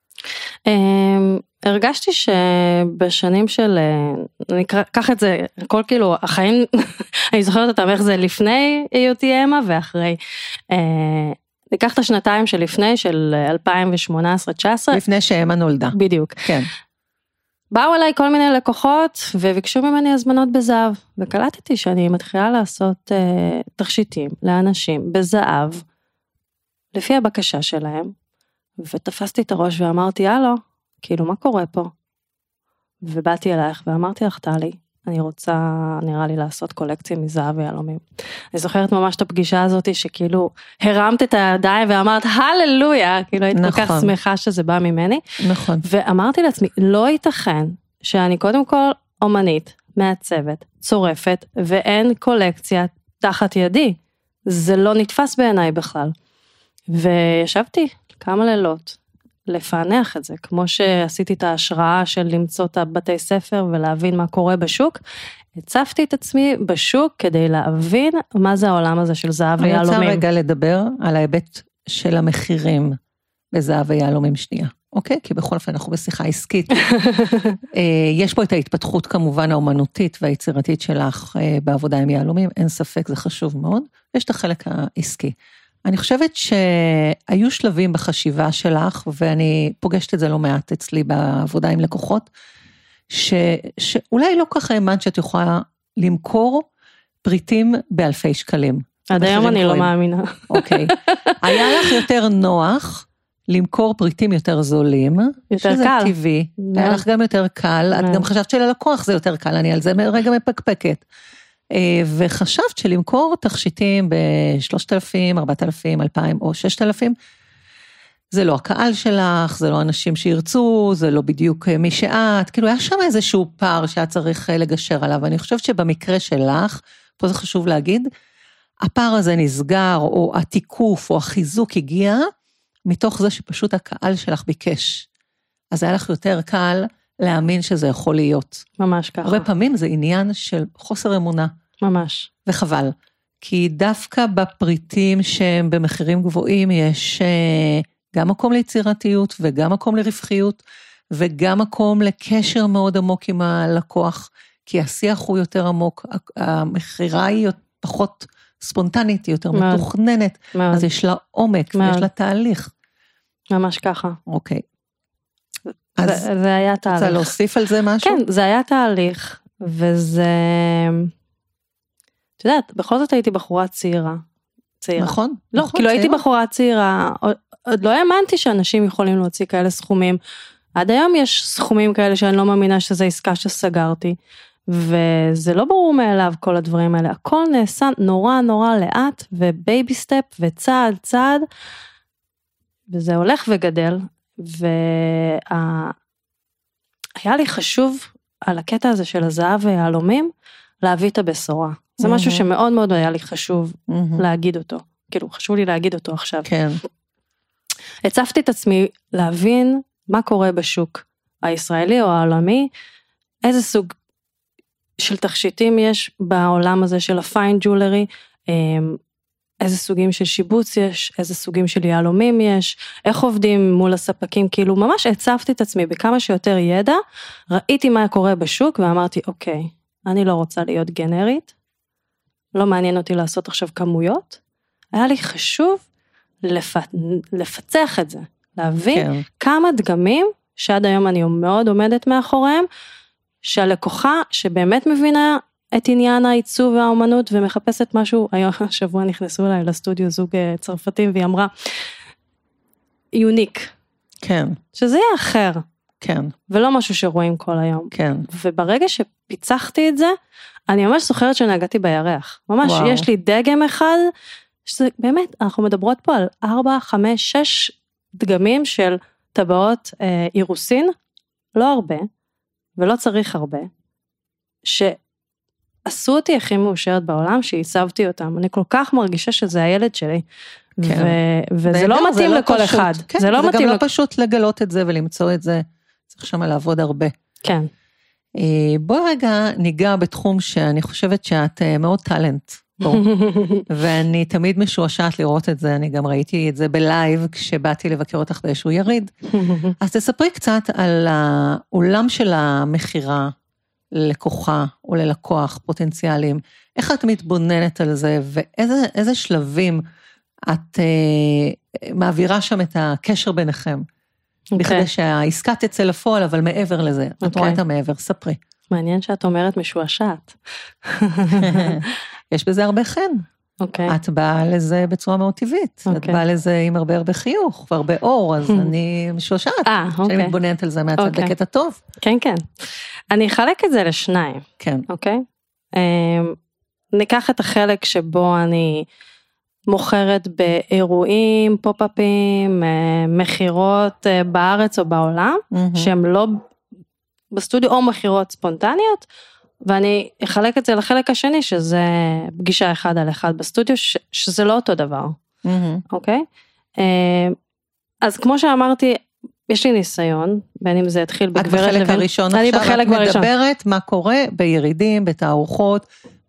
S3: הרגשתי שבשנים של, אני אקח את זה, הכל כאילו, החיים, אני זוכרת אותם איך זה לפני היותי אמה ואחרי, ניקח את השנתיים שלפני, של אלפיים ושמונה עשרה תשע עשרה.
S2: לפני שאמה נולדה.
S3: בדיוק.
S2: כן.
S3: באו אליי כל מיני לקוחות, וביקשו ממני הזמנות בזהב, וקלטתי שאני מתחילה לעשות תכשיטים לאנשים בזהב, לפי הבקשה שלהם, ותפסתי את הראש ואמרתי, הלו, כאילו מה קורה פה? ובאתי אלייך ואמרתי לך, טלי, אני רוצה, נראה לי לעשות קולקציה מזהב ויהלומים. אני זוכרת ממש את הפגישה הזאת, שכאילו הרמת את הידיים ואמרת, הללויה, כאילו היית כל כך שמחה שזה בא ממני.
S2: נכון.
S3: ואמרתי לעצמי, לא ייתכן שאני קודם כל אומנית, מעצבת, צורפת, ואין קולקציה תחת ידי. זה לא נתפס בעיניי בכלל. וישבתי כמה לילות לפענח את זה, כמו שעשיתי את ההשראה של למצוא את הבתי ספר ולהבין מה קורה בשוק, הצפתי את עצמי בשוק כדי להבין מה זה העולם הזה של זהב ויהלומים.
S2: אני רוצה רגע לדבר על ההיבט של המחירים בזהב ויהלומים שנייה, אוקיי? כי בכל אופן אנחנו בשיחה עסקית. יש פה את ההתפתחות כמובן האומנותית והיצירתית שלך בעבודה עם יהלומים, אין ספק, זה חשוב מאוד, יש את החלק העסקי. אני חושבת שהיו שלבים בחשיבה שלך, ואני פוגשת את זה לא מעט אצלי בעבודה עם לקוחות, ש, שאולי לא ככה האמנת שאת יכולה למכור פריטים באלפי שקלים.
S3: עד היום אני לא מאמינה.
S2: אוקיי. היה לך יותר נוח למכור פריטים יותר זולים,
S3: יותר
S2: שזה
S3: קל.
S2: טבעי, היה לך גם יותר קל, את גם חשבת שללקוח זה יותר קל, אני על זה רגע מפקפקת. וחשבת שלמכור תכשיטים ב-שלושת אלפים, ארבעת אלפים, אלפיים או ששת אלפים, זה לא הקהל שלך, זה לא אנשים שירצו, זה לא בדיוק מי שאת, כאילו היה שם איזשהו פער שאת צריך לגשר עליו, ואני חושבת שבמקרה שלך, פה זה חשוב להגיד, הפער הזה נסגר, או התיקוף, או החיזוק הגיע, מתוך זה שפשוט הקהל שלך ביקש. אז היה לך יותר קל להאמין שזה יכול להיות.
S3: ממש ככה.
S2: הרבה פעמים זה עניין של חוסר אמונה.
S3: ממש.
S2: וחבל. כי דווקא בפריטים שהם במחירים גבוהים, יש גם מקום ליצירתיות, וגם מקום לרווחיות, וגם מקום לקשר מאוד עמוק עם הלקוח, כי השיח הוא יותר עמוק, המחירה היא פחות ספונטנית, היא יותר מאוד. מתוכננת, מאוד. אז יש לה עומק, מאוד. ויש לה תהליך. ממש
S3: ככה.
S2: אוקיי.
S3: אז זה, זה היה תהליך.
S2: רוצה להוסיף על זה משהו?
S3: כן, זה היה תהליך, וזה, את יודעת, בכל זאת הייתי בחורה צעירה. צעירה.
S2: נכון.
S3: לא,
S2: נכון,
S3: כאילו
S2: צעירה.
S3: הייתי בחורה צעירה, עוד, עוד לא האמנתי שאנשים יכולים להוציא כאלה סכומים, עד היום יש סכומים כאלה שאני לא מאמינה שזה עסקה שסגרתי, וזה לא ברור מאליו כל הדברים האלה, הכל נעשה נורא נורא לאט, ובייבי סטפ, וצעד צעד, וזה הולך וגדל, והיה לי חשוב על הקטע הזה של הזהב והיהלומים, להביא את הבשורה. זה משהו שמאוד מאוד היה לי חשוב להגיד אותו. כאילו, חשוב לי להגיד אותו עכשיו.
S2: כן.
S3: הצפתי את עצמי להבין מה קורה בשוק הישראלי או העולמי, איזה סוג של תכשיטים יש בעולם הזה של הפיין ג'ולרי, איזה סוגים של שיבוץ יש, איזה סוגים של יהלומים יש, איך עובדים מול הספקים, כאילו ממש הצפתי את עצמי בכמה שיותר ידע, ראיתי מה קורה בשוק ואמרתי, אוקיי, אני לא רוצה להיות גנרית, לא מעניין אותי לעשות עכשיו כמויות, היה לי חשוב לפ... לפצח את זה, להבין כן. כמה דגמים, שעד היום אני מאוד עומדת מאחוריהם, שהלקוחה שבאמת מבינה את עניין העיצוב והאומנות, ומחפשת משהו, היום השבוע נכנסו אליי לסטודיו זוג צרפתים, והיא אמרה, יוניק.
S2: כן.
S3: שזה יהיה אחר.
S2: כן.
S3: ולא משהו שרואים כל היום.
S2: כן.
S3: וברגע שפיצחתי את זה, אני ממש זוכרת שנגעתי בירח. ממש, וואו. יש לי דגם אחד, שזה באמת, אנחנו מדברות פה על ארבע, חמש, שש דגמים של טבעות אה, אירוסין, לא הרבה, ולא צריך הרבה, שעשו אותי הכי מאושרת בעולם, שהצבתי אותם. אני כל כך מרגישה שזה הילד שלי, כן. ו- וזה לא מתאים זה לכל לא פשוט, אחד.
S2: כן,
S3: זה, לא
S2: זה
S3: מתאים
S2: גם לא
S3: לכ...
S2: פשוט לגלות את זה ולמצוא את זה, צריך שם לעבוד הרבה.
S3: כן.
S2: בואי רגע ניגע בתחום שאני חושבת שאת מאוד טלנט, ואני תמיד משועשעת לראות את זה, אני גם ראיתי את זה בלייב, כשבאתי לבקר אותך באיזשהו יריד, אז תספרי קצת על העולם של המחירה, ללקוחה או ללקוח פוטנציאליים, איך את מתבוננת על זה, ואיזה איזה שלבים את אה, מעבירה שם את הקשר ביניכם, okay. בכדי שהעסקה תצא לפועל, אבל מעבר לזה, okay. את רואה את המעבר, ספרי.
S3: מעניין שאת אומרת משועשעת.
S2: יש בזה הרבה חן.
S3: Okay.
S2: את באה לזה בצורה מאוד טבעית, okay. את באה לזה עם הרבה הרבה חיוך, והרבה אור, אז אני משועשעת,
S3: 아, okay.
S2: שאני מתבוננת על זה מהצד okay. בקטע טוב.
S3: כן, כן. אני אחלק את זה לשניים.
S2: כן.
S3: אוקיי? Okay? ניקח את החלק שבו אני מוכרת באירועים, פופ-אפים, מחירות בארץ או בעולם, mm-hmm. שהם לא בסטודיו או מחירות ספונטניות, ואני אחלק את זה לחלק השני, שזה פגישה אחד על אחד בסטודיו, ש- שזה לא אותו דבר. Mm-hmm. אוקיי? אז כמו שאמרתי, יש לי ניסיון, בין אם זה התחיל בגברת לבין...
S2: את בחלק הראשון
S3: אני
S2: עכשיו,
S3: בחלק
S2: את
S3: בראשון.
S2: מדברת מה קורה בירידים, בתערוכות,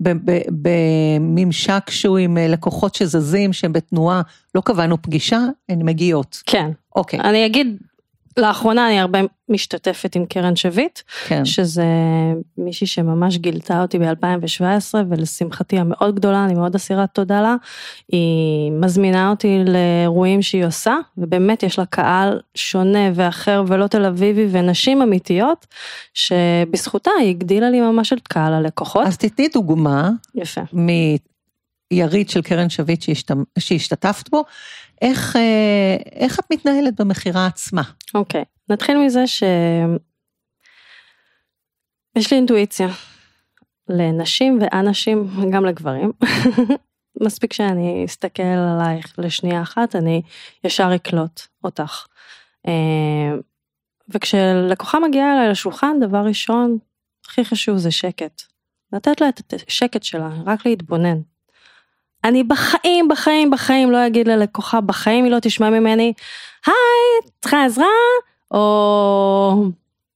S2: בממשק שהוא עם לקוחות שזזים, שהם בתנועה, לא קבענו פגישה, הן מגיעות.
S3: כן.
S2: אוקיי.
S3: אני אגיד לאחרונה אני הרבה משתתפת עם קרן שביט,
S2: כן.
S3: שזה מישהי שממש גילתה אותי ב-אלפיים שבע עשרה, ולשמחתי המאוד גדולה, אני מאוד אסירת תודה לה, היא מזמינה אותי לאירועים שהיא עושה, ובאמת יש לה קהל שונה ואחר ולא תל אביבי, ונשים אמיתיות, שבזכותה היא הגדילה לי ממש את קהל הלקוחות.
S2: אז תתני דוגמה,
S3: יפה.
S2: מיריד של קרן שביט שהשתתפת בו, איך, איך את מתנהלת במחירה עצמה?
S3: אוקיי, okay. נתחיל מזה ש... יש לי אינטואיציה לנשים ואנשים, גם לגברים. מספיק שאני אסתכל עלייך לשנייה אחת, אני ישר אקלוט אותך. וכשלקוחה מגיעה אליי לשולחן, דבר ראשון, הכי חשוב זה שקט. לתת לה את השקט שלה, רק להתבונן. אני בחיים, בחיים, בחיים, לא אגיד ללקוחה, בחיים היא לא תשמע ממני, היי, צריכה עזרה, או,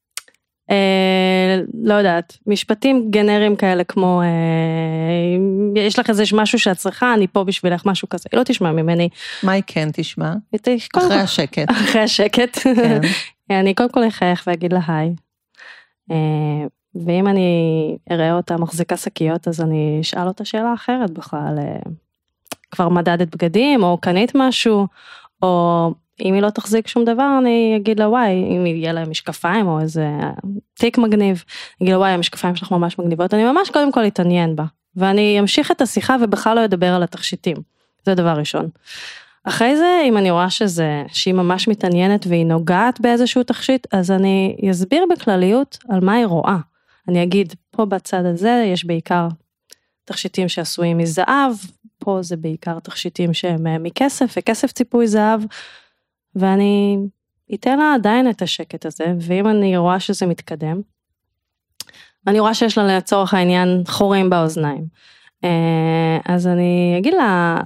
S3: אה, לא יודעת, משפטים גנריים כאלה, כמו, אה, יש לך איזה משהו שאת צריכה, אני פה בשבילך, משהו כזה, היא לא תשמע ממני.
S2: מה היא כן תשמע?
S3: אחרי
S2: השקט.
S3: אחרי השקט. כן. אני קודם כל אחייך ואגיד לה היי. אה, ואם אני אראה אותה מחזיקה שקיות, אז אני אשאל אותה שאלה אחרת בכלל, כבר מדדת בגדים, או קנית משהו, או אם היא לא תחזיק שום דבר, אני אגיד לה, וואי, אם יהיה לה משקפיים, או איזה תיק מגניב, אני אגיד לה, וואי, המשקפיים שלך ממש מגניבות, אני ממש קודם כל אתעניין בה, ואני אמשיך את השיחה, ובכלל לא אדבר על התכשיטים, זה דבר ראשון. אחרי זה, אם אני רואה שזה, שהיא ממש מתעניינת, והיא נוגעת באיזשהו תכשיט, אז אני אסביר בכלליות על מה היא רואה. אני אגיד, פה בצד הזה יש בעיקר תכשיטים שעשויים מזהב, פה זה בעיקר תכשיטים שהם מכסף, וכסף ציפוי זהב, ואני אתן לה עדיין את השקט הזה, ואם אני רואה שזה מתקדם, אני רואה שיש לה לצורך העניין חורים באוזניים, אז אני אגיד לה,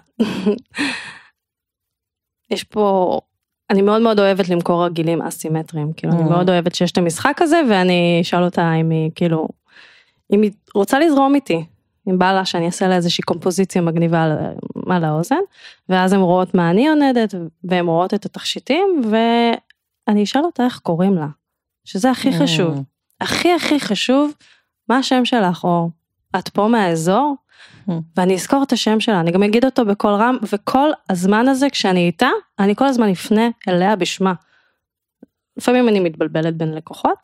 S3: יש פה... אני מאוד מאוד אוהבת למכור רגילים אסימטריים, כאילו, אני מאוד אוהבת שיש את המשחק הזה, ואני אשאל אותה אם היא, כאילו, אם היא רוצה לזרום איתי, אם בא לה שאני אעשה לה איזושהי קומפוזיציה מגניבה על, על האוזן, ואז הן רואות מה אני עונדת, והן רואות את התכשיטים, ואני אשאל אותה איך קוראים לה, שזה הכי חשוב, הכי הכי חשוב, מה השם שלך, או את פה מהאזור, ואני אזכור את השם שלה, אני גם אגיד אותו בכל רם, וכל הזמן הזה כשאני איתה, אני כל הזמן אפנה אליה בשמה. לפעמים אני מתבלבלת בין לקוחות.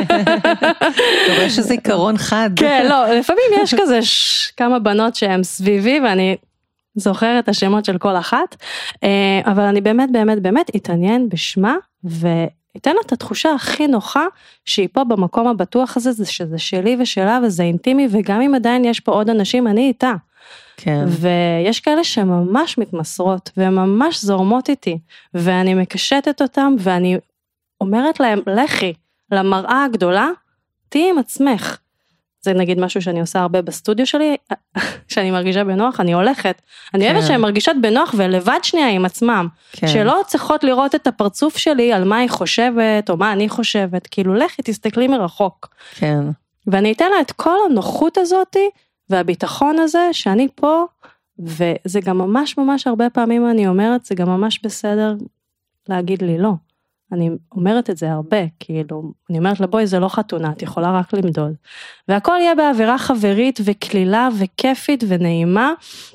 S2: אתה רואה שזה עיקרון חד.
S3: כן, לא, לפעמים יש כזה כמה בנות שהן סביבי, ואני זוכרת את השמות של כל אחת, אבל אני באמת, באמת, באמת אתעניין בשמה, ואתן לה את התחושה הכי נוחה, שהיא פה במקום הבטוח הזה, שזה שלי ושלה, וזה אינטימי, וגם אם עדיין יש פה עוד אנשים, אני איתה.
S2: כן.
S3: ויש כאלה שממש מתמסרות, וממש זורמות איתי, ואני מקשטת אותם, ואני אומרת להם, לכי, למראה הגדולה, תהי עם עצמך. זה נגיד משהו שאני עושה הרבה בסטודיו שלי, שאני מרגישה בנוח, אני הולכת. אני כן. אוהבת שהן מרגישות בנוח ולבד שנייה עם עצמם, כן. שלא צריכות לראות את הפרצוף שלי על מה היא חושבת, או מה אני חושבת, כאילו לכי, תסתכלי מרחוק.
S2: כן.
S3: ואני אתן לה את כל הנוחות הזאת, והביטחון הזה, שאני פה, וזה גם ממש ממש הרבה פעמים אני אומרת, זה גם ממש בסדר להגיד לי לא. אני אומרת את זה הרבה, כאילו, אני אומרת לבואי, זה לא חתונה, את יכולה רק למדוד. והכל יהיה באווירה חברית וכלילה וכיפית ונעימה,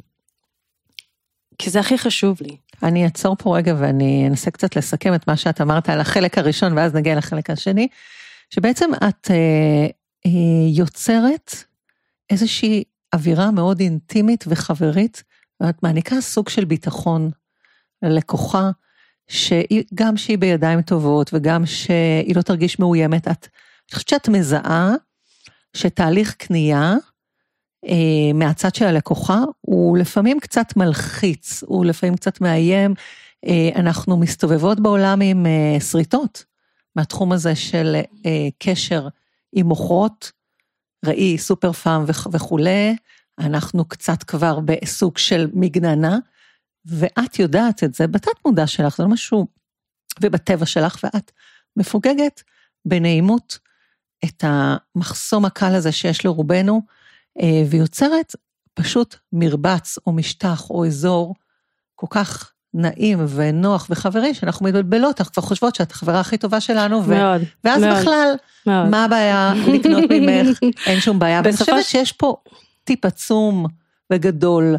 S3: כי זה הכי חשוב לי.
S2: אני אעצור פה רגע ואני אנסה קצת לסכם את מה שאת אמרת על החלק הראשון, ואז נגיע לחלק השני, שבעצם את אה, אה, יוצרת איזושהי אווירה מאוד אינטימית וחברית, ואת מעניקה סוג של ביטחון ללקוחה, שגם שהיא בידיים טובות, וגם שהיא לא תרגיש מאוימת, את, אני חושבת שאת מזהה, שתהליך קנייה, אה, מהצד של הלקוחה, הוא לפעמים קצת מלחיץ, הוא לפעמים קצת מאיים, אה, אנחנו מסתובבות בעולם עם אה, שריטות, מהתחום הזה של אה, קשר עם מוכרות, ראי, סופר פאם וכו', אנחנו קצת כבר בסוג של מגננה, ואת יודעת את זה, בתת מודע שלך, זה לא משהו, ובטבע שלך, ואת מפוגגת בנעימות את המחסום הקל הזה שיש לרובנו, ויוצרת פשוט מרבץ או משטח או אזור כל כך נעים ונוח וחברי, שאנחנו מתבלבלות, אנחנו כבר חושבות שאת החברה הכי טובה שלנו, ו...
S3: מאוד,
S2: ואז
S3: מאוד,
S2: בכלל,
S3: מאוד.
S2: מה הבעיה לקנות ממך, אין שום בעיה, ואני חושבת שיש פה טיפ עצום וגדול,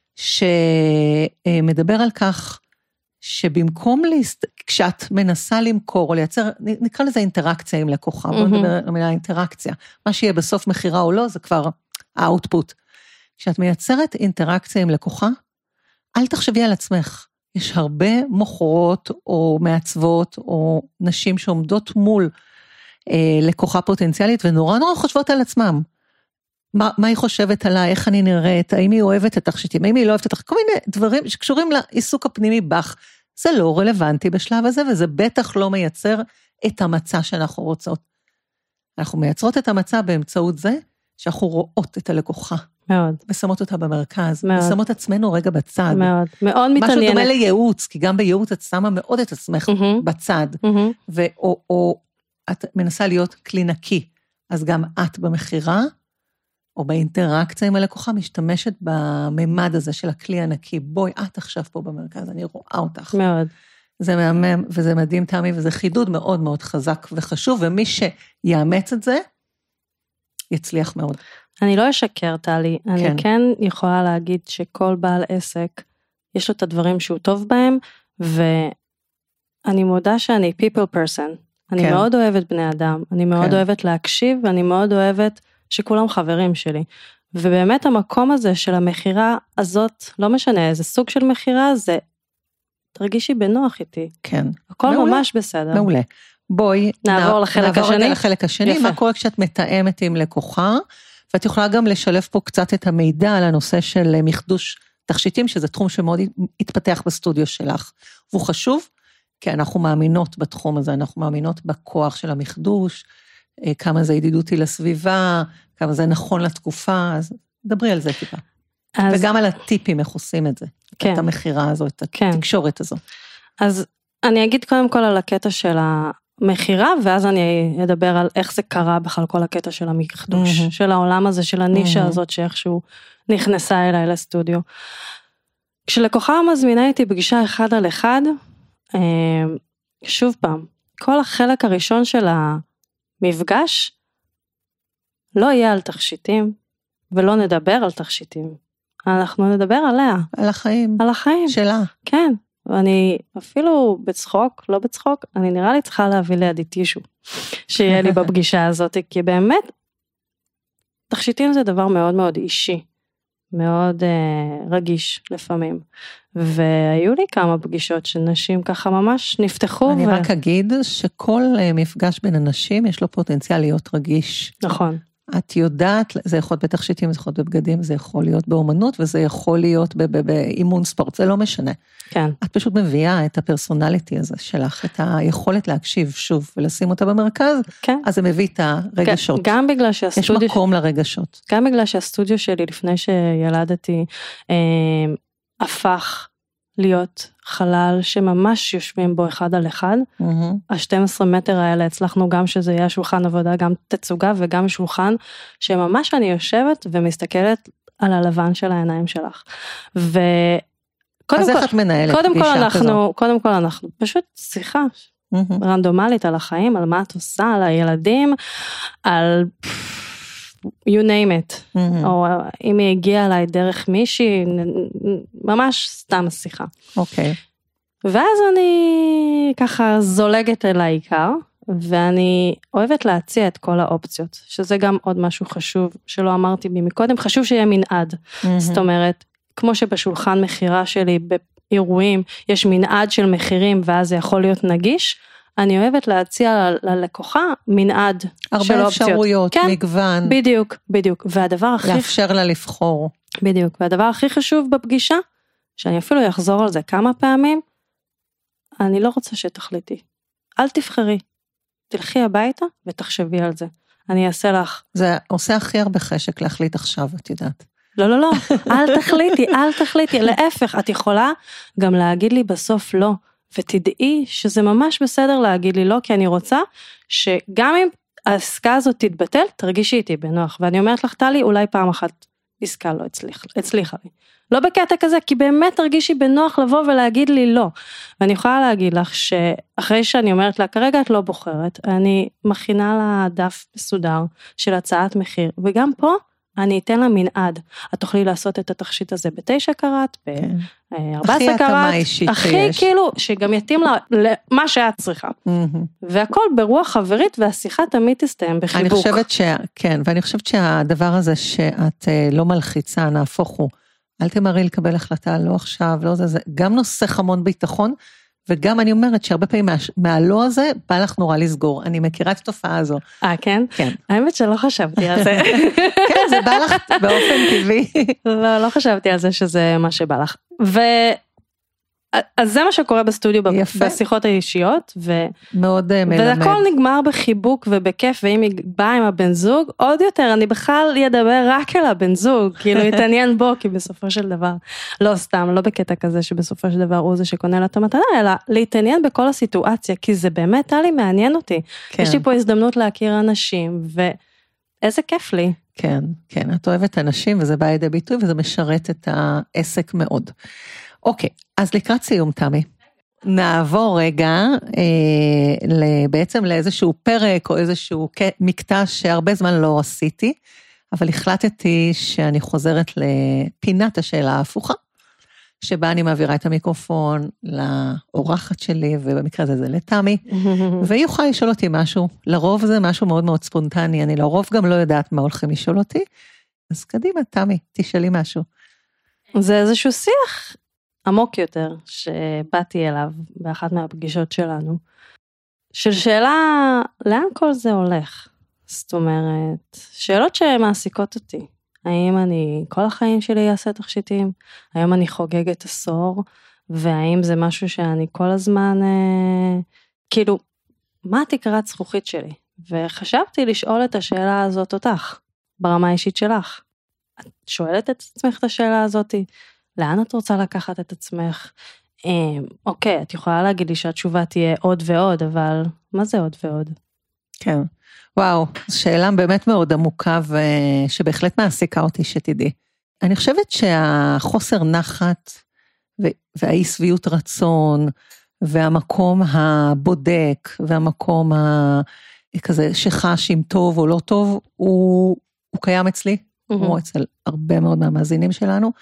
S2: שמדבר על כך, שבמקום להסת... כשאת מנסה למכור, או לייצר, נקרא לזה אינטראקציה עם לקוחה, בואו נדבר על המילה אינטראקציה, מה שיהיה בסוף מחירה או לא, זה כבר האוטפוט. כשאת מייצרת אינטראקציה עם לקוחה, אל תחשבי על עצמך, יש הרבה מוכרות, או מעצבות, או נשים שעומדות מול אה, לקוחה פוטנציאלית, ונורא נורא חושבות על עצמם, מה, מה היא חושבת עליי, איך אני נראית, האם היא אוהבת את התכשיטים, האם היא לא אוהבת את התכשיטים, כל מיני דברים שקשורים לעיסוק הפנימי בך, זה לא רלוונטי בשלב הזה, וזה בטח לא מייצר את המצע שאנחנו רוצות. אנחנו מייצרות את המצע באמצעות זה, שאנחנו רואות את הלקוחה.
S3: מאוד.
S2: ושמות אותה במרכז,
S3: מאוד.
S2: ושמות עצמנו רגע בצד.
S3: מאוד, מאוד מתעניינת.
S2: משהו דומה לייעוץ, כי גם בייעוץ את שמה מאוד את עצמך
S3: Mm-hmm.
S2: בצד,
S3: Mm-hmm.
S2: ו- או, או את מנסה להיות כלי נקי, אז גם את במחירה, או באינטראקציה עם הלקוחה, משתמשת בממד הזה של הכלי הנקי, בואי, את עכשיו פה במרכז, אני רואה אותך.
S3: מאוד.
S2: זה מהמם, וזה מדהים תמי, וזה חידוד מאוד מאוד חזק וחשוב, ומי שיאמץ את זה, יצליח מאוד.
S3: אני לא אשקר, טלי,
S2: כן.
S3: אני כן יכולה להגיד שכל בעל עסק, יש לו את הדברים שהוא טוב בהם, ואני מודה שאני people person, אני
S2: כן.
S3: מאוד אוהבת בני אדם, אני מאוד
S2: כן.
S3: אוהבת להקשיב, ואני מאוד אוהבת שכולם חברים שלי, ובאמת המקום הזה של המחירה הזאת, לא משנה איזה סוג של מחירה, זה תרגישי בנוח איתי.
S2: כן.
S3: הכל
S2: מעולה.
S3: ממש בסדר.
S2: מעולה. בואי
S3: נעבור
S2: נע...
S3: לחלק
S2: נעבור
S3: השני.
S2: לחלק השני,
S3: יפה.
S2: מה קורה כשאת מתאמת עם לקוחה, ואת יכולה גם לשלב פה קצת את המידע על הנושא של מחדוש תכשיטים, שזה תחום שמאוד התפתח בסטודיו שלך, והוא חשוב, כי אנחנו מאמינות בתחום הזה, אנחנו מאמינות בכוח של המחדוש, כמה זה ידידותי לסביבה, כמה זה נכון לתקופה, אז דברי על זה טיפה.
S3: אז,
S2: וגם על הטיפים, איך עושים את זה,
S3: כן.
S2: את המחירה הזו, את
S3: כן.
S2: התקשורת הזו.
S3: אז אני אגיד קודם כל על הקטע של המחירה, ואז אני אדבר על איך זה קרה בכלל כל הקטע של המחדוש,
S2: Mm-hmm.
S3: של העולם הזה, של הנישה
S2: Mm-hmm.
S3: הזאת, שאיכשהו נכנסה אליי לסטודיו. כשלקוחה מזמינה איתי פגישה אחד על אחד, שוב פעם, כל החלק הראשון של המפגש, לא יהיה על תכשיטים, ולא נדבר על תכשיטים. אנחנו נדבר עליה.
S2: על החיים.
S3: על החיים.
S2: שלה.
S3: כן. ואני אפילו בצחוק, לא בצחוק, אני נראה לי צריכה להביא לידי טישו, שיהיה לי בפגישה הזאת, כי באמת, תכשיטים זה דבר מאוד מאוד אישי, מאוד אה, רגיש לפעמים, והיו לי כמה פגישות של נשים ככה ממש נפתחו.
S2: אני
S3: ו...
S2: רק אגיד שכל מפגש בין אנשים יש לו פוטנציאל להיות רגיש.
S3: נכון.
S2: את יודעת, זה יכול להיות בתכשיטים, זה יכול להיות בבגדים, זה יכול להיות באומנות, וזה יכול להיות באימון ספורט, זה לא משנה.
S3: כן.
S2: את פשוט מביאה את הפרסונליטי הזה שלך, את היכולת להקשיב שוב, ולשים אותה במרכז,
S3: כן.
S2: אז זה מביא את הרגשות.
S3: גם בגלל שהסטודיו...
S2: יש מקום לרגשות.
S3: גם בגלל שהסטודיו שלי, לפני שילדתי, אה, הפך להיות חלל שממש יושבים בו אחד על אחד, ה-שנים עשר מטר האלה הצלחנו גם שזה יהיה שולחן עבודה, גם תצוגה וגם שולחן, שממש אני יושבת ומסתכלת על הלבן של העיניים שלך. ו...
S2: אז איך את מנהלת פגישה כזו?
S3: קודם כל אנחנו פשוט שיחה רנדומלית על החיים, על מה את עושה, על הילדים, על... you name it, mm-hmm. או אם היא הגיעה אליי דרך מישהי, ממש סתם שיחה.
S2: אוקיי. Okay.
S3: ואז אני ככה זולגת אל העיקר, ואני אוהבת להציע את כל האופציות, שזה גם עוד משהו חשוב, שלא אמרתי בי מקודם, חשוב שיהיה מנעד. Mm-hmm. זאת אומרת, כמו שבשולחן מחירה שלי, באירועים, יש מנעד של מחירים, ואז זה יכול להיות נגיש, אני אוהבת להציע ללקוחה מנעד של אופציות.
S2: הרבה אפשרויות, כן? מגוון.
S3: בדיוק, בדיוק. והדבר הכי...
S2: לאפשר לה לבחור.
S3: בדיוק. והדבר הכי חשוב בפגישה, שאני אפילו אחזור על זה כמה פעמים, אני לא רוצה שתחליטי. אל תבחרי. תלכי הביתה ותחשבי על זה. אני אעשה לך...
S2: זה עושה הכי הרבה חשק להחליט עכשיו, את יודעת.
S3: לא, לא, לא. אל תחליטי, אל תחליטי. להפך, את יכולה גם להגיד לי בסוף לא. ותדעי שזה ממש בסדר להגיד לי לא, כי אני רוצה שגם אם העסקה הזאת תתבטל, תרגישי איתי בנוח. ואני אומרת לך, טלי, אולי פעם אחת עסקה לא הצליח, הצליחה לי. לא בקטע כזה, כי באמת תרגישי בנוח לבוא ולהגיד לי לא. ואני יכולה להגיד לך שאחרי שאני אומרת לה, כרגע את לא בוחרת, אני מכינה לה דף מסודר של הצעת מחיר, וגם פה אני אתן לה מנעד. את תוכלי לעשות את התכשיט הזה בתשע קראט, ב-ארבע עשרה קראט, הכי כאילו, שגם יתאים לה למה שאת צריכה. והכל ברוח חברית, והשיחה תמיד תסתיים בחיבוק.
S2: אני חושבת ש... כן, ואני חושבת שהדבר הזה שאת לא מלחיצה, נהפוך הוא, אל תמרי לקבל החלטה, לא עכשיו, לא זה, זה גם נושא המון ביטחון, וגם אני אומרת שהרבה פעמים מה, מהלא הזה, בא לך נורא לסגור. אני מכירה את התופעה הזו.
S3: אה, כן?
S2: כן.
S3: האמת שלא חשבתי על זה.
S2: כן, זה בא לך באופן טבעי.
S3: לא, לא חשבתי על זה שזה מה שבא לך. ו... אז זה מה שקורה בסטודיו, יפה. בשיחות האישיות, ו... מאוד מלמד. והכל נגמר בחיבוק ובכיף, ואם היא באה עם הבן זוג, עוד יותר, אני בכלל ידבר רק על הבן זוג, כאילו יתעניין בו, כי בסופו של דבר, לא סתם, לא בקטע כזה, שבסופו של דבר הוא זה שקונה לה את המתנה, אלא להתעניין בכל הסיטואציה, כי זה באמת היה לי מעניין אותי. כן. יש לי פה הזדמנות להכיר אנשים, ואיזה כיף לי.
S2: כן, כן, את אוהבת אנשים, וזה בא לידי ביטוי, וזה משרת את העסק מאוד. אוקיי, אז לקראת סיום, תמי, נעבור רגע אה, בעצם לאיזשהו פרק או איזשהו מקטע שהרבה זמן לא עשיתי, אבל החלטתי שאני חוזרת לפינת השאלה ההפוכה, שבה אני מעבירה את המיקרופון לאורחת שלי, ובמקרה הזה זה לתמי, והיא יכולה לשאול אותי משהו, לרוב זה משהו מאוד מאוד ספונטני, אני לרוב גם לא יודעת מה הולכים לשאול אותי, אז קדימה, תמי, תשאלי משהו.
S3: זה איזשהו שיח עמוק יותר, שבאתי אליו באחת מהפגישות שלנו, של שאלה, לאן כל זה הולך? זאת אומרת, שאלות שמעסיקות אותי. האם אני, כל החיים שלי אעשה תכשיטים? האם אני חוגגת עשור? והאם זה משהו שאני כל הזמן, אה, כאילו, מה תקרת זכוכית שלי? וחשבתי לשאול את השאלה הזאת אותך, ברמה האישית שלך. את שואלת את עצמך את השאלה הזאת? לאן את רוצה לקחת את עצמך? אוקיי, את יכולה להגיד לי שהתשובה תהיה עוד ועוד, אבל מה זה עוד ועוד?
S2: כן, וואו, שאלה באמת מאוד עמוקה, ושבהחלט מעסיקה אותי שתדעי. אני חושבת שהחוסר נחת, והאי שביעות רצון, והמקום הבודק, והמקום כזה שחש אם טוב או לא טוב, הוא, הוא קיים אצלי, כמו אצל הרבה מאוד מהמאזינים שלנו,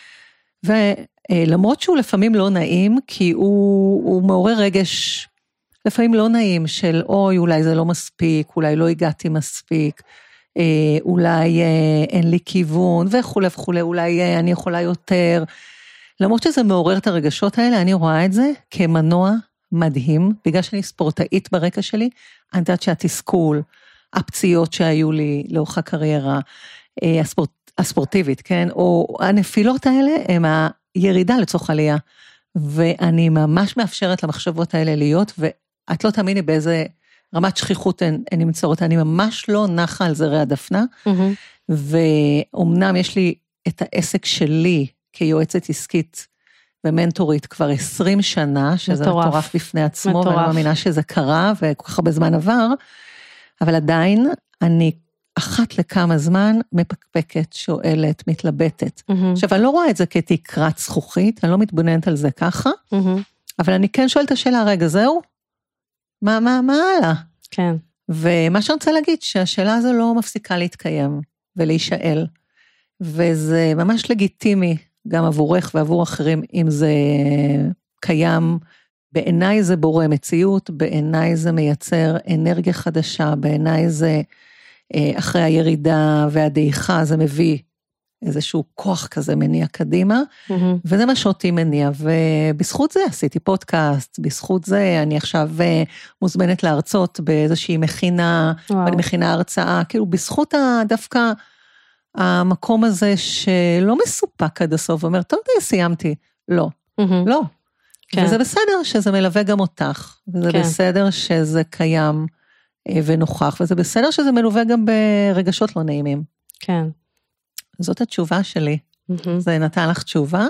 S2: ולמרות שהוא לפעמים לא נעים, כי הוא, הוא מעורר רגש, לפעמים לא נעים, של אוי, אולי זה לא מספיק, אולי לא הגעתי מספיק, אולי אין לי כיוון, וכו' וכו', אולי אני יכולה יותר, למרות שזה מעורר את הרגשות האלה, אני רואה את זה כמנוע מדהים, בגלל שאני ספורטאית ברקע שלי, אני יודעת שהתסכול, הפציעות שהיו לי לאורך הקריירה, הספורט, הספורטיבית, כן, או הנפילות האלה, הם הירידה לצורך עלייה, ואני ממש מאפשרת למחשבות האלה להיות, ואת לא תאמיני באיזה רמת שכיחות הן, הן נמצאות, אני ממש לא נחה על זרי הדפנה, mm-hmm. ואומנם יש לי את העסק שלי, כיועצת עסקית ומנטורית כבר עשרים שנה, שזה מטורף, מטורף בפני עצמו, מטורף. ואני מאמינה שזה קרה, וכל כך הרבה זמן עבר, אבל עדיין אני אחת לכמה זמן מפקפקת, שואלת, מתלבטת. Mm-hmm. עכשיו, אני לא רואה את זה כתקרת זכוכית, אני לא מתבוננת על זה ככה, mm-hmm. אבל אני כן שואלת את השאלה, רגע, זהו? מה, מה, מה הלאה?
S3: כן.
S2: ומה שאני רוצה להגיד, שהשאלה הזו לא מפסיקה להתקיים ולהישאל, וזה ממש לגיטימי, גם עבורך ועבור אחרים, אם זה קיים, בעיניי זה בורא מציאות, בעיניי זה מייצר אנרגיה חדשה, בעיניי זה אחרי הירידה והדעיכה, זה מביא איזשהו כוח כזה מניע קדימה, mm-hmm. וזה מה שאותי מניע, ובזכות זה עשיתי פודקאסט, בזכות זה אני עכשיו מוזמנת להרצות באיזושהי מכינה, ואני מכינה הרצאה, כאילו בזכות דווקא המקום הזה שלא מסופק עד הסוף, ואומר, טוב, די, סיימתי, לא, mm-hmm. לא, כן. וזה בסדר שזה מלווה גם אותך, וזה כן. בסדר שזה קיים ונוכח, וזה בסדר שזה מלווה גם ברגשות לא נעימים.
S3: כן.
S2: זאת התשובה שלי. Mm-hmm. זה נתן לך תשובה?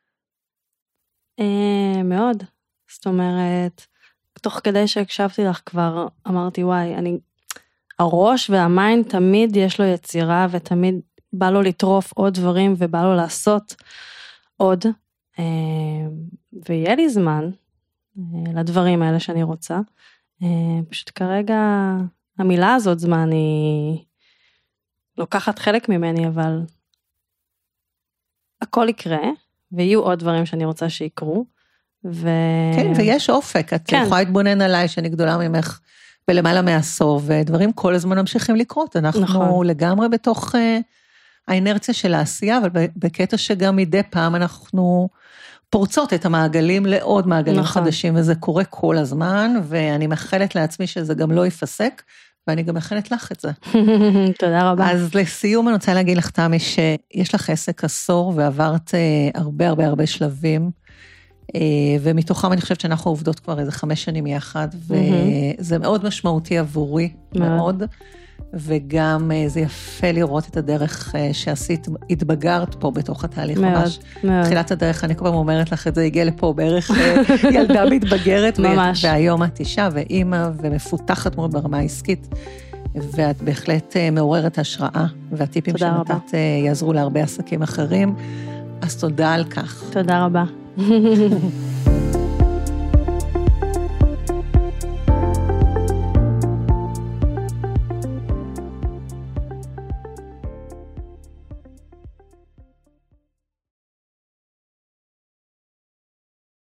S3: אה, מאוד. זאת אומרת, תוך כדי שהקשבתי לך כבר, אמרתי, וואי, אני, הראש והמיינד תמיד יש לו יצירה, ותמיד בא לו לטרוף עוד דברים, ובא לו לעשות עוד, ויהיה לי זמן לדברים האלה שאני רוצה. פשוט כרגע, המילה הזאת זמן היא לוקחת חלק ממני, אבל הכל יקרה, ויהיו עוד דברים שאני רוצה שיקרו. ו...
S2: כן, ויש אופק, את כן. יכולה להתבונן עליי שאני גדולה ממך בלמעלה מעשור, ודברים כל הזמן ממשיכים לקרות, אנחנו נכון. לגמרי בתוך uh, האינרציה של העשייה, אבל בקטע שגם מדי פעם אנחנו פורצות את המעגלים לעוד מעגלים נכון. חדשים, וזה קורה כל הזמן, ואני מאחלת לעצמי שזה גם לא ייפסק, ואני גם מאחלת לך את זה.
S3: תודה רבה.
S2: אז לסיום אני רוצה להגיד לך, תמי, שיש לך עסק עשור, ועברת הרבה הרבה הרבה שלבים, ומתוכם אני חושבת שאנחנו עובדות כבר איזה חמש שנים יחד, וזה מאוד משמעותי עבורי, מאוד, וגם זה יפה לראות את הדרך שעשית, התבגרת פה בתוך התהליך ממש. תחילת הדרך, אני כבר אומרת לך את זה, הגיע לפה בערך ילדה מתבגרת, ממש. והיום את אישה ואימא ומפותחת מאוד ברמה העסקית, ואת בהחלט מעוררת השראה, והטיפים שנתת יעזרו להרבה עסקים אחרים, אז תודה על כך.
S3: תודה רבה.